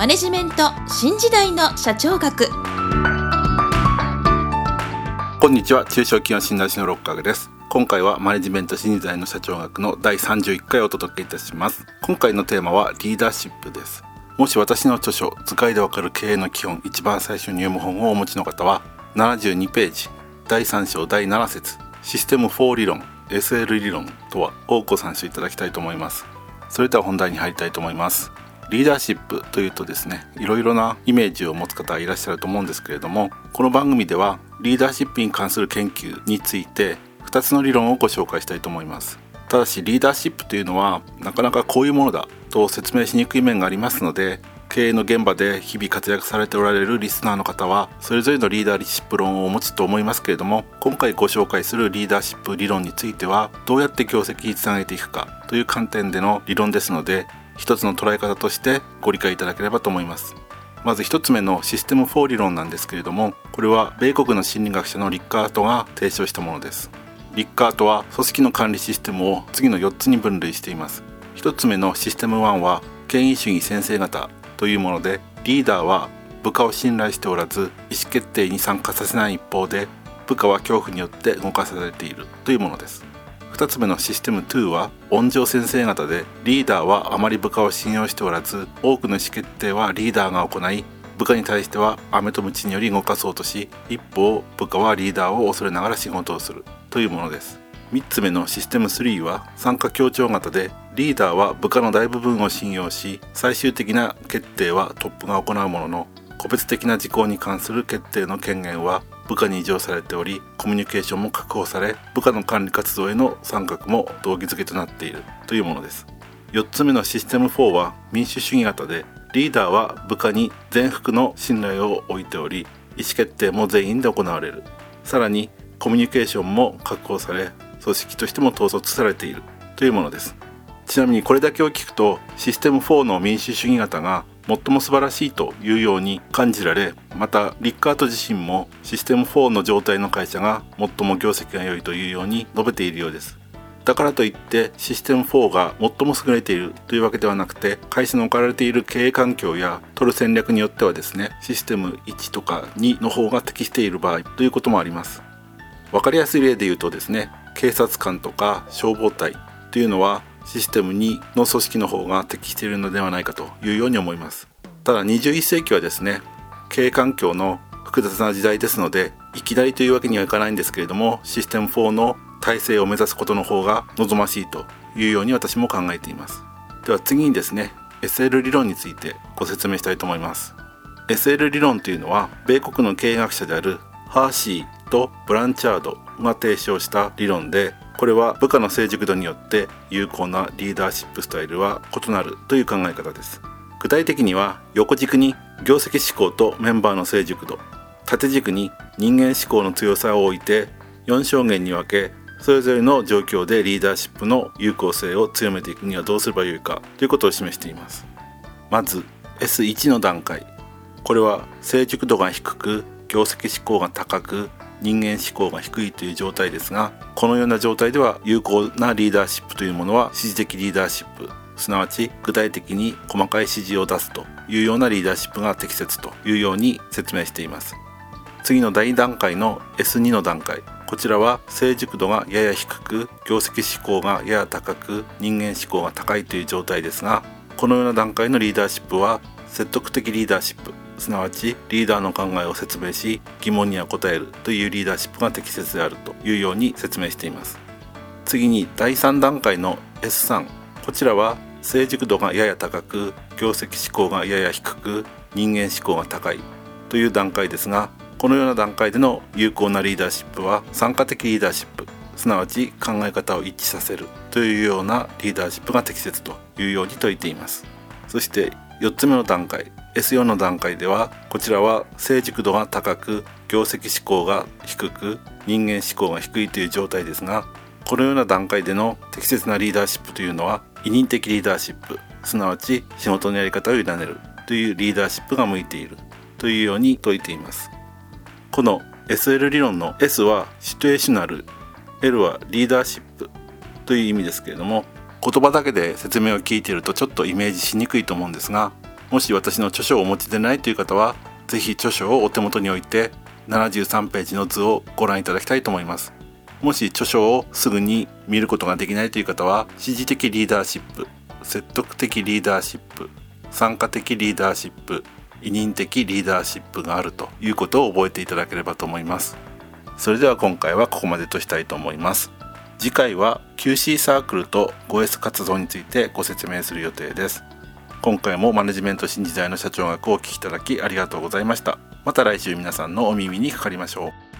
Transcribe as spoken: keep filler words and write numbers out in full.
マネジメント新時代の社長学。 こんにちは、中小企業診断士の六角です。今回はマネジメント新時代の社長学のだいさんじゅういっかいをお届けいたします。今回のテーマはリーダーシップです。もし私の著書図解でわかる経営の基本一番最初に読む本をお持ちの方はななじゅうにページだいさん章だいなな節システムフォー理論 エスエル 理論とはをご参照いただきたいと思います。それでは本題に入りたいと思います。リーダーシップというとですね、いろいろなイメージを持つ方いらっしゃると思うんですけれども、この番組ではリーダーシップに関する研究についてふたつの理論をご紹介したいと思います。ただしリーダーシップというのはなかなかこういうものだと説明しにくい面がありますので、経営の現場で日々活躍されておられるリスナーの方はそれぞれのリーダーシップ論をお持ちと思いますけれども、今回ご紹介するリーダーシップ理論についてはどうやって業績につなげていくかという観点での理論ですので、一つの捉え方としてご理解いただければと思います。まず一つ目のシステムフォー理論なんですけれども、これは米国の心理学者のリッカートが提唱したものです。リッカートは組織の管理システムを次のよっつに分類しています。一つ目のシステムいちは権威主義先生型というもので、リーダーは部下を信頼しておらず意思決定に参加させない一方で、部下は恐怖によって動かされているというものです。二つ目のシステムには温情先生型で、リーダーはあまり部下を信用しておらず多くの意思決定はリーダーが行い、部下に対しては飴と鞭により動かそうとし、一方部下はリーダーを恐れながら仕事をするというものです。三つ目のシステムさんは参加協調型で、リーダーは部下の大部分を信用し、最終的な決定はトップが行うものの、個別的な事項に関する決定の権限は部下に移譲されており、コミュニケーションも確保され、部下の管理活動への参画も動機づけとなっているというものです。よっつめのシステムよんは民主主義型で、リーダーは部下に全幅の信頼を置いており、意思決定も全員で行われる。さらにコミュニケーションも確保され、組織としても統率されているというものです。ちなみにこれだけを聞くと、システムよんの民主主義型が最も素晴らしいというように感じられ、またリッカート自身もシステムよんの状態の会社が最も業績が良いというように述べているようです。だからといってシステムよんが最も優れているというわけではなくて、会社の置かれている経営環境や取る戦略によってはですね、システムいちとかにの方が適している場合ということもあります。わかりやすい例で言うとですね、警察官とか消防隊というのはシステムにの組織の方が適しているのではないかというように思います。ただにじゅういっ世紀はですね、経営環境の複雑な時代ですので、いきなりというわけにはいかないんですけれども、システムよんの体制を目指すことの方が望ましいというように私も考えています。では次にですね、 エスエル 理論についてご説明したいと思います。 エスエル 理論というのは米国の経営学者であるハーシーとブランチャードが提唱した理論で、これは部下の成熟度によって有効なリーダーシップスタイルは異なるという考え方です。具体的には横軸に業績志向とメンバーの成熟度、縦軸に人間志向の強さを置いてよん象限に分け、それぞれの状況でリーダーシップの有効性を強めていくにはどうすればよいかということを示しています。まず エスワン の段階、これは成熟度が低く業績志向が高く人間志向が低いという状態ですが、このような状態では有効なリーダーシップというものは指示的リーダーシップ、すなわち具体的に細かい指示を出すというようなリーダーシップが適切というように説明しています。次の第二段階の エスツー の段階、こちらは成熟度がやや低く業績志向がやや高く人間志向が高いという状態ですが、このような段階のリーダーシップは説得的リーダーシップ、すなわちリーダーの考えを説明し疑問には答えるというリーダーシップが適切であるというように説明しています。次にだいさん段階の エススリー、 こちらは成熟度がやや高く業績志向がやや低く人間志向が高いという段階ですが、このような段階での有効なリーダーシップは参加的リーダーシップ、すなわち考え方を一致させるというようなリーダーシップが適切というように説いています。そしてよっつめの段階 エスフォー の段階では、こちらは成熟度が高く業績志向が低く人間志向が低いという状態ですが、このような段階での適切なリーダーシップというのは委任的リーダーシップ、すなわち仕事のやり方を委ねるというリーダーシップが向いているというように説いています。この エスエル 理論の エス はシチュエーショナル、エル はリーダーシップという意味ですけれども、言葉だけで説明を聞いているとちょっとイメージしにくいと思うんですが、 もし私の著書をお持ちでないという方は、ぜひ著書をお手元に置いてななじゅうさんページの図をご覧いただきたいと思います。もし著書をすぐに見ることができないという方は、支持的リーダーシップ、説得的リーダーシップ、参加的リーダーシップ、委任的リーダーシップがあるということを覚えていただければと思います。それでは今回はここまでとしたいと思います。次回は キューシー サークルと ごエス 活動についてご説明する予定です。今回もマネジメント新時代の社長学をお聞きいただきありがとうございました。また来週皆さんのお耳にかかりましょう。